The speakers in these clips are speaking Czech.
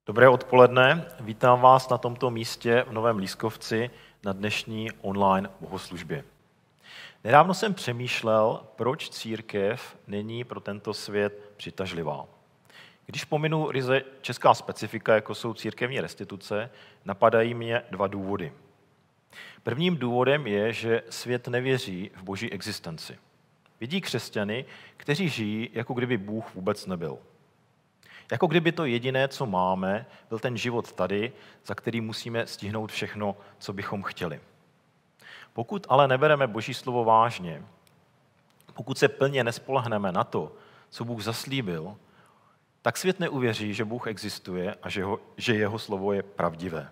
Dobré odpoledne, vítám vás na tomto místě v Novém Lískovci na dnešní online bohoslužbě. Nedávno jsem přemýšlel, proč církev není pro tento svět přitažlivá. Když pominu ryze česká specifika, jako jsou církevní restituce, napadají mě dva důvody. Prvním důvodem je, že svět nevěří v boží existenci. Vidí křesťany, kteří žijí, jako kdyby Bůh vůbec nebyl. Jako kdyby to jediné, co máme, byl ten život tady, za který musíme stihnout všechno, co bychom chtěli. Pokud ale nebereme Boží slovo vážně, pokud se plně nespolehneme na to, co Bůh zaslíbil, tak svět neuvěří, že Bůh existuje a že jeho slovo je pravdivé.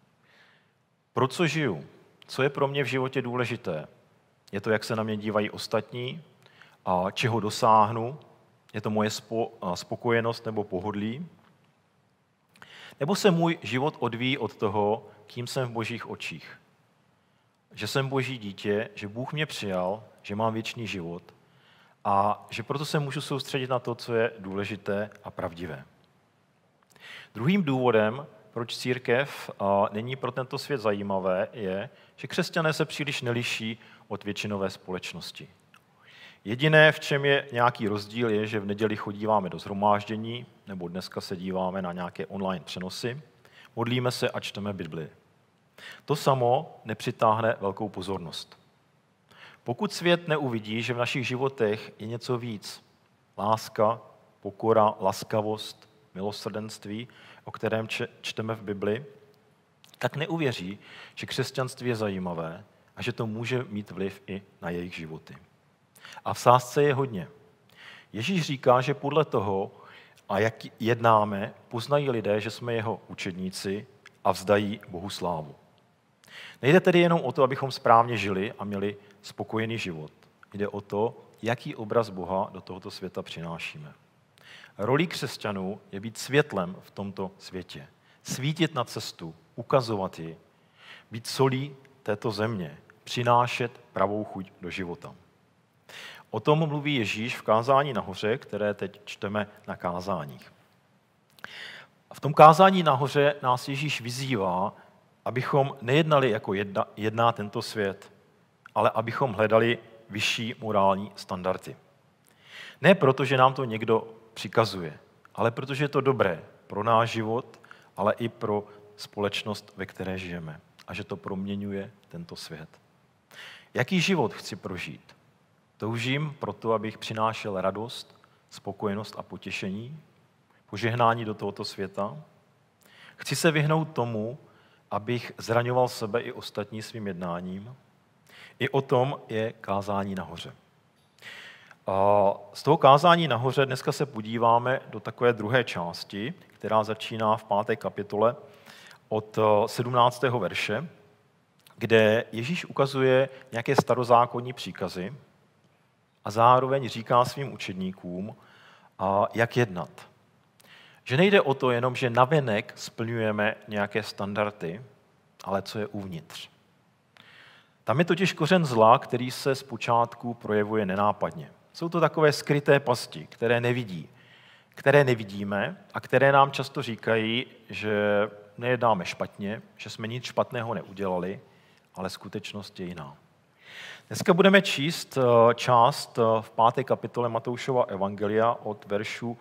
Pro co žiju? Co je pro mě v životě důležité? Je to, jak se na mě dívají ostatní a čeho dosáhnu? Je to moje spokojenost nebo pohodlí? Nebo se můj život odvíjí od toho, kým jsem v božích očích? Že jsem boží dítě, že Bůh mě přijal, že mám věčný život a že proto se můžu soustředit na to, co je důležité a pravdivé. Druhým důvodem, proč církev není pro tento svět zajímavé, je, že křesťané se příliš neliší od většinové společnosti. Jediné, v čem je nějaký rozdíl, je, že v neděli chodíváme do shromáždění, nebo dneska se díváme na nějaké online přenosy, modlíme se a čteme Bibli. To samo nepřitáhne velkou pozornost. Pokud svět neuvidí, že v našich životech je něco víc, láska, pokora, laskavost, milosrdenství, o kterém čteme v Bibli, tak neuvěří, že křesťanství je zajímavé a že to může mít vliv i na jejich životy. A v sázce je hodně. Ježíš říká, že podle toho, a jak jednáme, poznají lidé, že jsme jeho učedníci a vzdají Bohu slávu. Nejde tedy jenom o to, abychom správně žili a měli spokojený život. Jde o to, jaký obraz Boha do tohoto světa přinášíme. Rolí křesťanů je být světlem v tomto světě. Svítit na cestu, ukazovat ji, být solí této země, přinášet pravou chuť do života. O tom mluví Ježíš v kázání nahoře, které teď čteme na kázáních. V tom kázání nahoře nás Ježíš vyzývá, abychom nejednali jako jedná tento svět, ale abychom hledali vyšší morální standardy. Ne proto, že nám to někdo přikazuje, ale protože je to dobré pro náš život, ale i pro společnost, ve které žijeme. A že to proměňuje tento svět. Jaký život chci prožít? Toužím proto, abych přinášel radost, spokojenost a potěšení, požehnání do tohoto světa. Chci se vyhnout tomu, abych zraňoval sebe i ostatní svým jednáním. I o tom je kázání nahoře. Z toho kázání nahoře dneska se podíváme do takové druhé části, která začíná v 5. kapitole od 17. verše, kde Ježíš ukazuje nějaké starozákonní příkazy a zároveň říká svým učedníkům, jak jednat. Že nejde o to jenom, že navenek splňujeme nějaké standardy, ale co je uvnitř. Tam je totiž kořen zla, který se zpočátku projevuje nenápadně. Jsou to takové skryté pasti, které nevidíme a které nám často říkají, že nejednáme špatně, že jsme nic špatného neudělali, ale skutečnost je jiná. Dneska budeme číst část v 5. kapitole Matoušova evangelia od veršu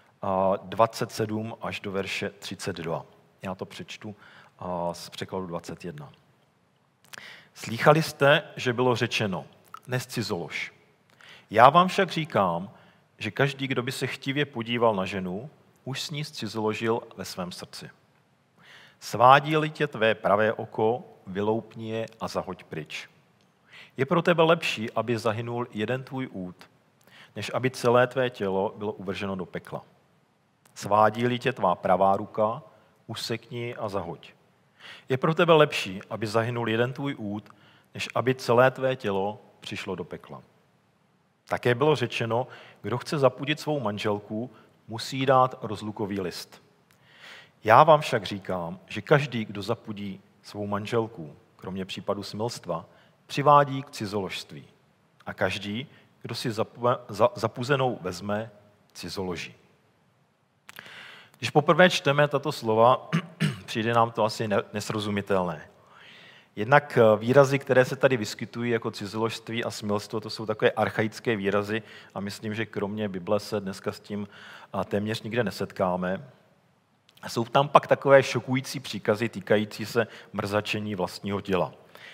27 až do verše 32. Já to přečtu z překladu 21. Slýchali jste, že bylo řečeno, nezcizolož. Já vám však říkám, že každý, kdo by se chtivě podíval na ženu, už s ní zcizoložil ve svém srdci. Svádí-li tě tvé pravé oko, vyloupni je a zahoď pryč. Je pro tebe lepší, aby zahynul jeden tvůj út, než aby celé tvé tělo bylo uvrženo do pekla. Svádí-li tě tvá pravá ruka, usekni a zahoď. Je pro tebe lepší, aby zahynul jeden tvůj út, než aby celé tvé tělo přišlo do pekla. Také bylo řečeno, kdo chce zapudit svou manželku, musí dát rozlukový list. Já vám však říkám, že každý, kdo zapudí svou manželku, kromě případu smilstva, přivádí k cizoložství. A každý, kdo si zapuzenou vezme, cizoloží. Když poprvé čteme tato slova, přijde nám to asi nesrozumitelné. Jednak výrazy, které se tady vyskytují jako cizoložství a smilstvo, to jsou takové archaické výrazy a myslím, že kromě Bible se dneska s tím téměř nikde nesetkáme. Jsou tam pak takové šokující příkazy týkající se mrzačení vlastního těla.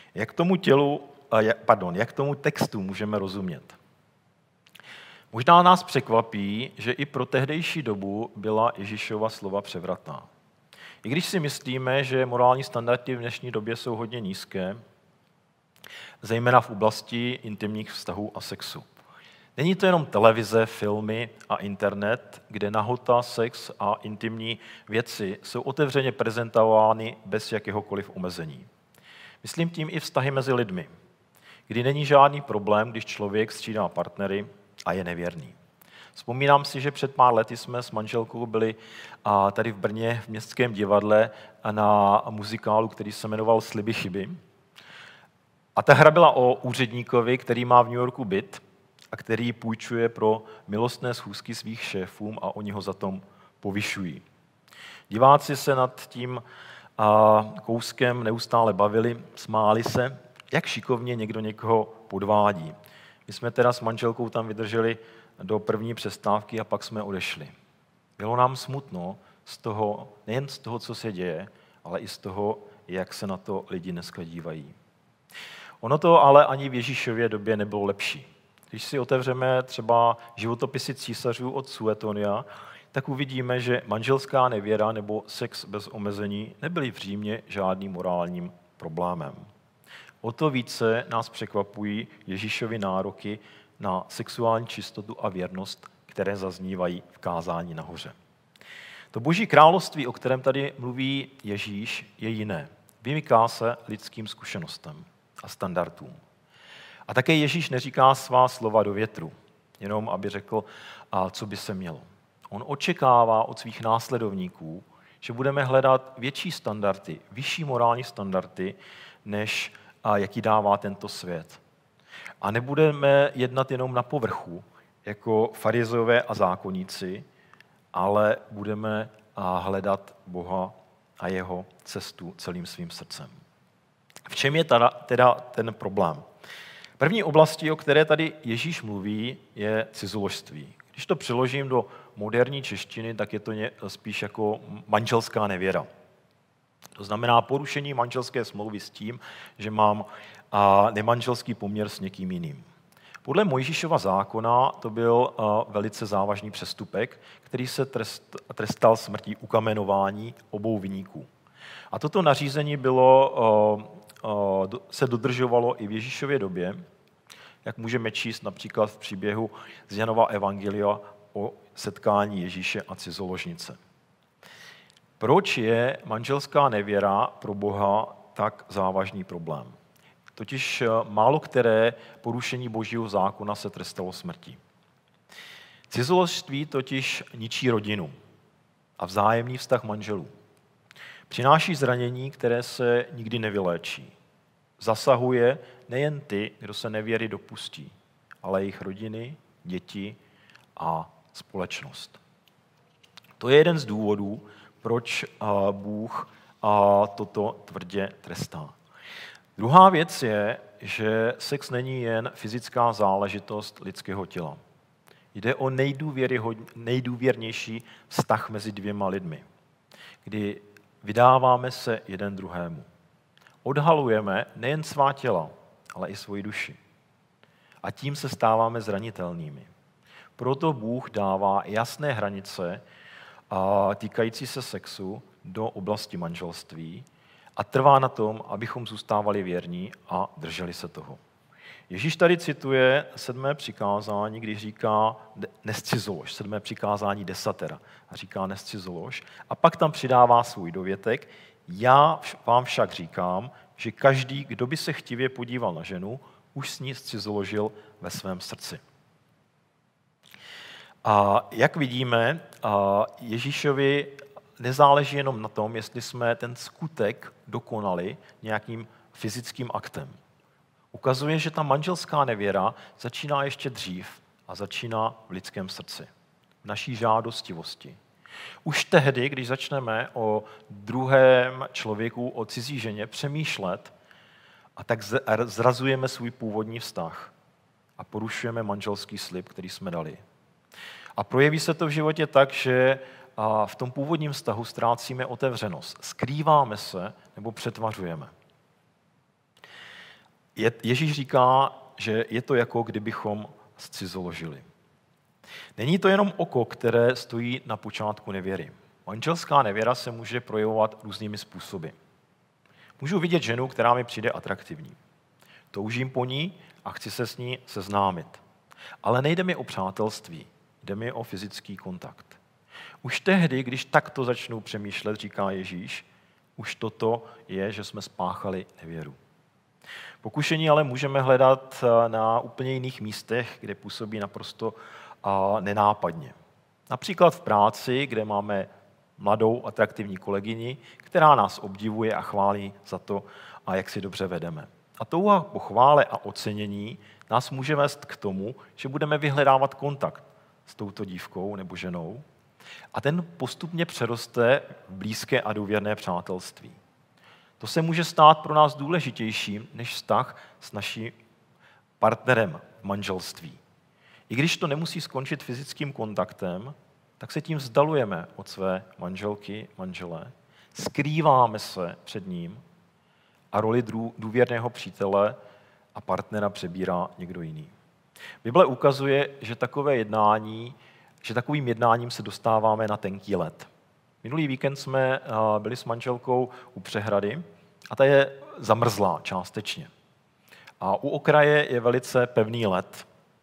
Jak tomu textu můžeme rozumět? Možná nás překvapí, že i pro tehdejší dobu byla Ježíšova slova převratná. I když si myslíme, že morální standardy v dnešní době jsou hodně nízké, zejména v oblasti intimních vztahů a sexu. Není to jenom televize, filmy a internet, kde nahota, sex a intimní věci jsou otevřeně prezentovány bez jakéhokoliv omezení. Myslím tím i vztahy mezi lidmi, kdy není žádný problém, když člověk střídá partnery a je nevěrný. Vzpomínám si, že před pár lety jsme s manželkou byli tady v Brně v Městském divadle na muzikálu, který se jmenoval Sliby chyby. A ta hra byla o úředníkovi, který má v New Yorku byt a který půjčuje pro milostné schůzky svých šéfům a oni ho za tom povyšují. Diváci se nad tím kouskem neustále bavili, smáli se, jak šikovně někdo někoho podvádí. My jsme teda s manželkou tam vydrželi do první přestávky a pak jsme odešli. Bylo nám smutno nejen z toho, co se děje, ale i z toho, jak se na to lidi dneska dívají. Ono to ale ani v Ježíšově době nebylo lepší. Když si otevřeme třeba životopisy císařů od Suetonia, tak uvidíme, že manželská nevěra nebo sex bez omezení nebyly v Římě žádným morálním problémem. O to více nás překvapují Ježíšovy nároky na sexuální čistotu a věrnost, které zaznívají v kázání nahoře. To Boží království, o kterém tady mluví Ježíš, je jiné. Vymyká se lidským zkušenostem a standardům. A také Ježíš neříká svá slova do větru, jenom aby řekl, co by se mělo. On očekává od svých následovníků, že budeme hledat větší standardy, vyšší morální standardy, než jaký dává tento svět. A nebudeme jednat jenom na povrchu, jako farizové a zákonníci, ale budeme hledat Boha a jeho cestu celým svým srdcem. V čem je teda ten problém? První oblastí, o které tady Ježíš mluví, je cizoložství. Když to přeložím do moderní češtiny, tak je to spíš jako manželská nevěra. To znamená porušení manželské smlouvy s tím, že mám nemanželský poměr s někým jiným. Podle Mojžíšova zákona to byl velice závažný přestupek, který se trestal smrtí ukamenování obou viníků. A toto nařízení se dodržovalo i v Ježíšově době, jak můžeme číst například v příběhu z Janova evangelia o setkání Ježíše a cizoložnice. Proč je manželská nevěra pro Boha tak závažný problém? Totiž málo které porušení Božího zákona se trestalo smrtí. Cizoložství totiž ničí rodinu a vzájemný vztah manželů. Přináší zranění, které se nikdy nevyléčí. Zasahuje nejen ty, kdo se nevěry dopustí, ale jejich rodiny, děti a společnost. To je jeden z důvodů, proč Bůh toto tvrdě trestá. Druhá věc je, že sex není jen fyzická záležitost lidského těla. Jde o nejdůvěrnější vztah mezi dvěma lidmi, kdy vydáváme se jeden druhému. Odhalujeme nejen svá těla, ale i svoji duši. A tím se stáváme zranitelnými. Proto Bůh dává jasné hranice týkající se sexu do oblasti manželství a trvá na tom, abychom zůstávali věrní a drželi se toho. Ježíš tady cituje 7. přikázání, když říká nescizolož, 7. přikázání desatera a říká nescizolož a pak tam přidává svůj dovětek. Já vám však říkám, že každý, kdo by se chtivě podíval na ženu, už s ní scizoložil ve svém srdci. A jak vidíme, Ježíšovi nezáleží jenom na tom, jestli jsme ten skutek dokonali nějakým fyzickým aktem. Ukazuje, že ta manželská nevěra začíná ještě dřív a začíná v lidském srdci, v naší žádostivosti. Už tehdy, když začneme o druhém člověku, o cizí ženě přemýšlet, a tak zrazujeme svůj původní vztah a porušujeme manželský slib, který jsme dali. A projeví se to v životě tak, že v tom původním vztahu ztrácíme otevřenost, skrýváme se nebo přetvařujeme. Ježíš říká, že je to jako kdybychom zcizoložili. Není to jenom oko, které stojí na počátku nevěry. Manželská nevěra se může projevovat různými způsoby. Můžu vidět ženu, která mi přijde atraktivní. Toužím po ní a chci se s ní seznámit. Ale nejde mi o přátelství, jde mi o fyzický kontakt. Už tehdy, když takto začnu přemýšlet, říká Ježíš, už toto je, že jsme spáchali nevěru. Pokušení ale můžeme hledat na úplně jiných místech, kde působí naprosto nenápadně. Například v práci, kde máme mladou, atraktivní kolegyni, která nás obdivuje a chválí za to, jak si dobře vedeme. A touha po chvále a ocenění nás může vést k tomu, že budeme vyhledávat kontakt s touto dívkou nebo ženou a ten postupně přeroste v blízké a důvěrné přátelství. To se může stát pro nás důležitějším než vztah s naším partnerem v manželství. I když to nemusí skončit fyzickým kontaktem, tak se tím vzdalujeme od své manželky, manžele, skrýváme se před ním a roli důvěrného přítele a partnera přebírá někdo jiný. Bible ukazuje, že takovým jednáním se dostáváme na tenký led. Minulý víkend jsme byli s manželkou u přehrady a ta je zamrzlá částečně. A u okraje je velice pevný led.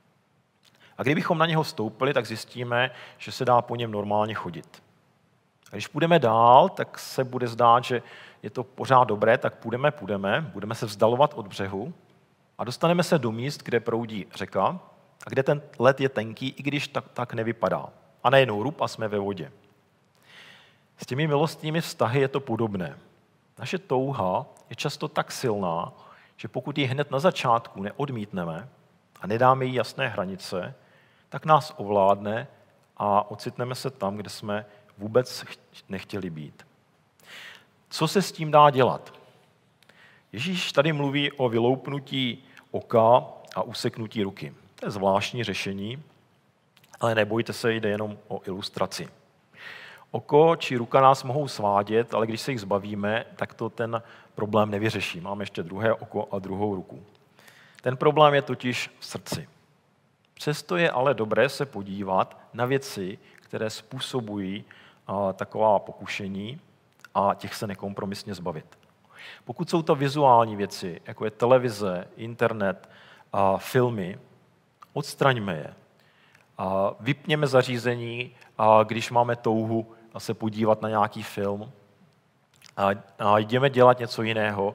A kdybychom na něho vstoupili, tak zjistíme, že se dá po něm normálně chodit. A když půjdeme dál, tak se bude zdát, že je to pořád dobré, tak budeme se vzdalovat od břehu a dostaneme se do míst, kde proudí řeka a kde ten led je tenký, i když tak nevypadá. A najednou rub a jsme ve vodě. S těmi milostnými vztahy je to podobné. Naše touha je často tak silná, že pokud ji hned na začátku neodmítneme a nedáme jí jasné hranice, tak nás ovládne a ocitneme se tam, kde jsme vůbec nechtěli být. Co se s tím dá dělat? Ježíš tady mluví o vyloupnutí oka a useknutí ruky. To je zvláštní řešení, ale nebojte se, jde jenom o ilustraci. Oko či ruka nás mohou svádět, ale když se jich zbavíme, tak to ten problém nevyřeší. Máme ještě druhé oko a druhou ruku. Ten problém je totiž v srdci. Přesto je ale dobré se podívat na věci, které způsobují taková pokušení a těch se nekompromisně zbavit. Pokud jsou to vizuální věci, jako je televize, internet, filmy, odstraňme je. Vypněme zařízení, když máme touhu se podívat na nějaký film a jdeme dělat něco jiného,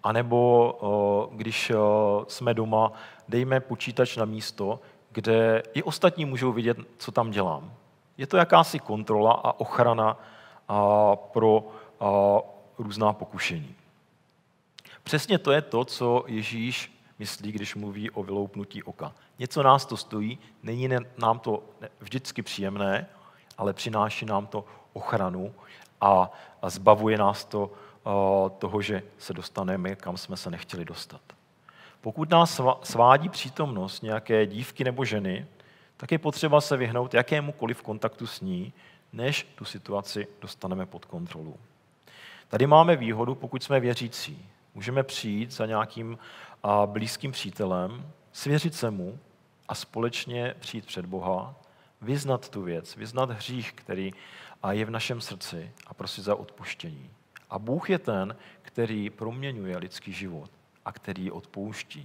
anebo když jsme doma, dejme počítač na místo, kde i ostatní můžou vidět, co tam dělám. Je to jakási kontrola a ochrana pro různá pokušení. Přesně to je to, co Ježíš myslí, když mluví o vyloupnutí oka. Něco nás to stojí, není nám to vždycky příjemné, ale přináší nám to ochranu a zbavuje nás to toho, že se dostaneme, kam jsme se nechtěli dostat. Pokud nás svádí přítomnost nějaké dívky nebo ženy, tak je potřeba se vyhnout jakémukoliv kontaktu s ní, než tu situaci dostaneme pod kontrolu. Tady máme výhodu, pokud jsme věřící. Můžeme přijít za nějakým blízkým přítelem, svěřit se mu a společně přijít před Boha, vyznat tu věc, vyznat hřích, který je v našem srdci a prosit za odpuštění. A Bůh je ten, který proměňuje lidský život a který odpouští.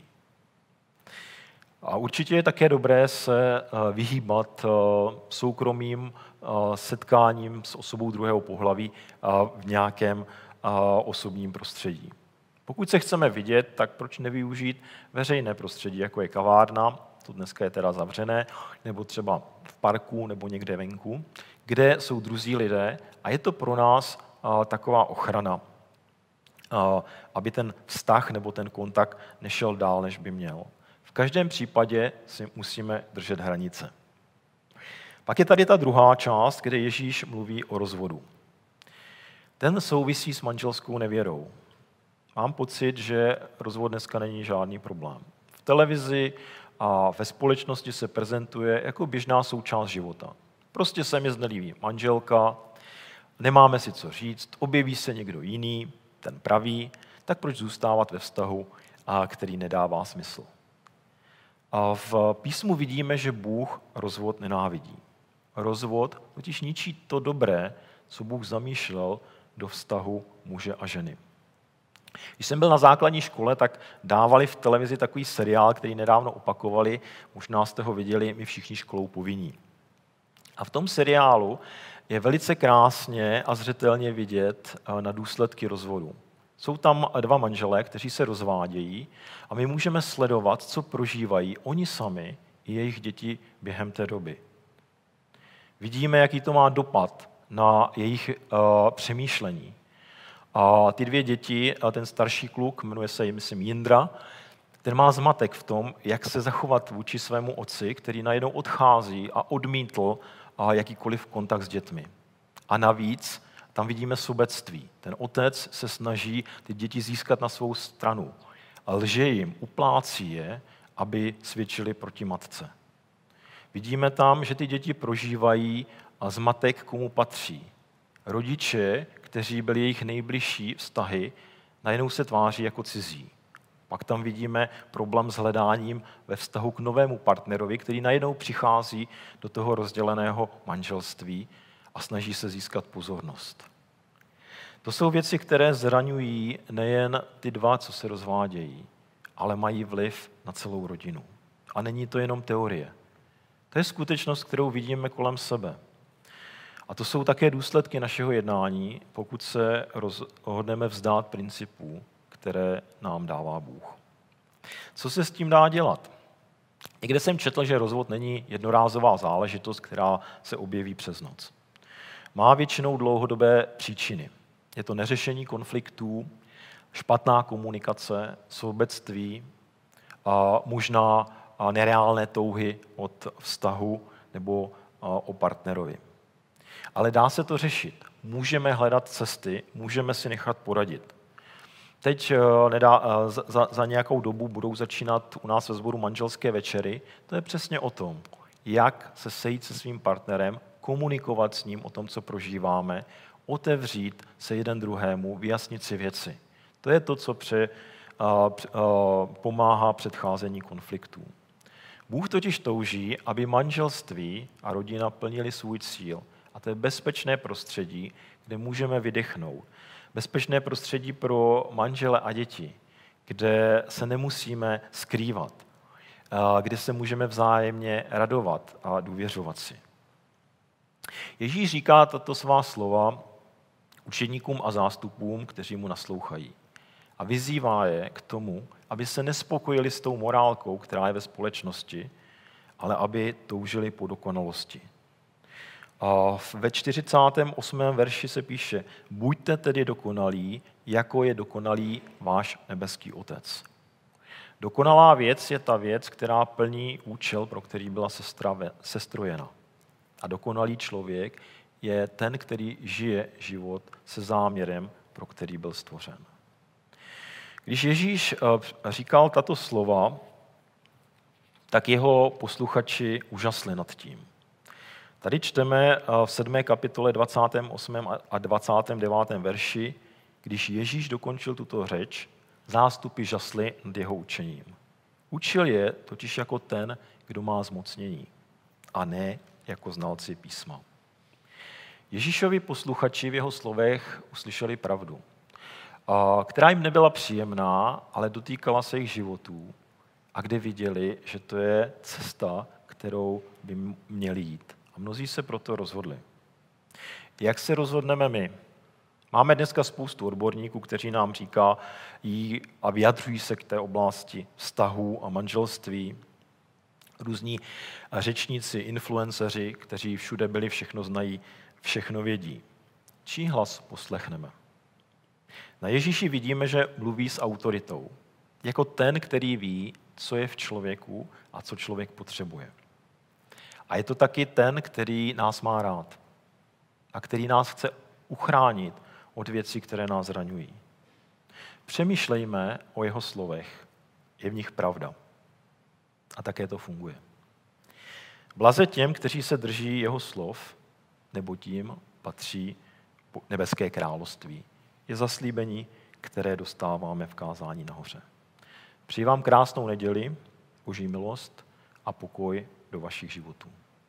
A určitě je také dobré se vyhýbat soukromým setkáním s osobou druhého pohlaví v nějakém osobním prostředí. Pokud se chceme vidět, tak proč nevyužít veřejné prostředí, jako je kavárna, to dneska je teda zavřené, nebo třeba v parku nebo někde venku, kde jsou druzí lidé a je to pro nás taková ochrana, aby ten vztah nebo ten kontakt nešel dál, než by měl. V každém případě si musíme držet hranice. Pak je tady ta druhá část, kde Ježíš mluví o rozvodu. Ten souvisí s manželskou nevěrou. Mám pocit, že rozvod dneska není žádný problém. V televizi a ve společnosti se prezentuje jako běžná součást života. Prostě se mi znelíbí manželka, nemáme si co říct, objeví se někdo jiný, ten pravý, tak proč zůstávat ve vztahu, který nedává smysl. A v písmu vidíme, že Bůh rozvod nenávidí. Rozvod totiž ničí to dobré, co Bůh zamýšlel do vztahu muže a ženy. Když jsem byl na základní škole, tak dávali v televizi takový seriál, který nedávno opakovali, možná jste ho viděli, My všichni školou povinní. A v tom seriálu je velice krásně a zřetelně vidět na důsledky rozvodu. Jsou tam dva manželé, kteří se rozvádějí a my můžeme sledovat, co prožívají oni sami i jejich děti během té doby. Vidíme, jaký to má dopad na jejich přemýšlení. A ty dvě děti, ten starší kluk, jmenuje se, myslím, Jindra, ten má zmatek v tom, jak se zachovat vůči svému otci, který najednou odchází a odmítl jakýkoliv kontakt s dětmi. A navíc tam vidíme sobectví. Ten otec se snaží ty děti získat na svou stranu. A lže jim, uplácí je, aby svědčili proti matce. Vidíme tam, že ty děti prožívají a zmatek komu patří. Rodiče, kteří byli jejich nejbližší vztahy, najednou se tváří jako cizí. Pak tam vidíme problém s hledáním ve vztahu k novému partnerovi, který najednou přichází do toho rozděleného manželství a snaží se získat pozornost. To jsou věci, které zraňují nejen ty dva, co se rozvádějí, ale mají vliv na celou rodinu. A není to jenom teorie. To je skutečnost, kterou vidíme kolem sebe. A to jsou také důsledky našeho jednání, pokud se rozhodneme vzdát principů, které nám dává Bůh. Co se s tím dá dělat? Někde jsem četl, že rozvod není jednorázová záležitost, která se objeví přes noc. Má většinou dlouhodobé příčiny. Je to neřešení konfliktů, špatná komunikace, sobectví, a možná nereálné touhy od vztahu nebo o partnerovi. Ale dá se to řešit. Můžeme hledat cesty, můžeme si nechat poradit. Teď za nějakou dobu budou začínat u nás ve sboru manželské večery. To je přesně o tom, jak se sejít se svým partnerem, komunikovat s ním o tom, co prožíváme, otevřít se jeden druhému, vyjasnit si věci. To je to, co pomáhá předcházení konfliktů. Bůh totiž touží, aby manželství a rodina plnili svůj cíl. A to je bezpečné prostředí, kde můžeme vydechnout. Bezpečné prostředí pro manžele a děti, kde se nemusíme skrývat, kde se můžeme vzájemně radovat a důvěřovat si. Ježíš říká tato svá slova učedníkům a zástupům, kteří mu naslouchají. A vyzývá je k tomu, aby se nespokojili s tou morálkou, která je ve společnosti, ale aby toužili po dokonalosti. A ve 48. verši se píše: buďte tedy dokonalí, jako je dokonalý váš nebeský Otec. Dokonalá věc je ta věc, která plní účel, pro který byla sestrojena. A dokonalý člověk je ten, který žije život se záměrem, pro který byl stvořen. Když Ježíš říkal tato slova, tak jeho posluchači užasli nad tím. Tady čteme v 7. kapitole 28. a 29. verši, když Ježíš dokončil tuto řeč, zástupy žasly nad jeho učením. Učil je totiž jako ten, kdo má zmocnění, a ne jako znalci písma. Ježíšovi posluchači v jeho slovech uslyšeli pravdu, která jim nebyla příjemná, ale dotýkala se jejich životů a kde viděli, že to je cesta, kterou by měli jít. A mnozí se proto rozhodli. Jak se rozhodneme my? Máme dneska spoustu odborníků, kteří nám říkají a vyjadřují se k té oblasti vztahů a manželství. Různí řečníci, influenceři, kteří všude byli, všechno znají, všechno vědí. Čí hlas poslechneme? Na Ježíši vidíme, že mluví s autoritou. Jako ten, který ví, co je v člověku a co člověk potřebuje. A je to taky ten, který nás má rád a který nás chce uchránit od věcí, které nás zraňují. Přemýšlejme o jeho slovech. Je v nich pravda. A také to funguje. Blaze těm, kteří se drží jeho slov, nebo tím patří nebeské království. Je zaslíbení, které dostáváme v kázání nahoře. Přeji vám krásnou neděli, Boží milost a pokoj do vašich životů.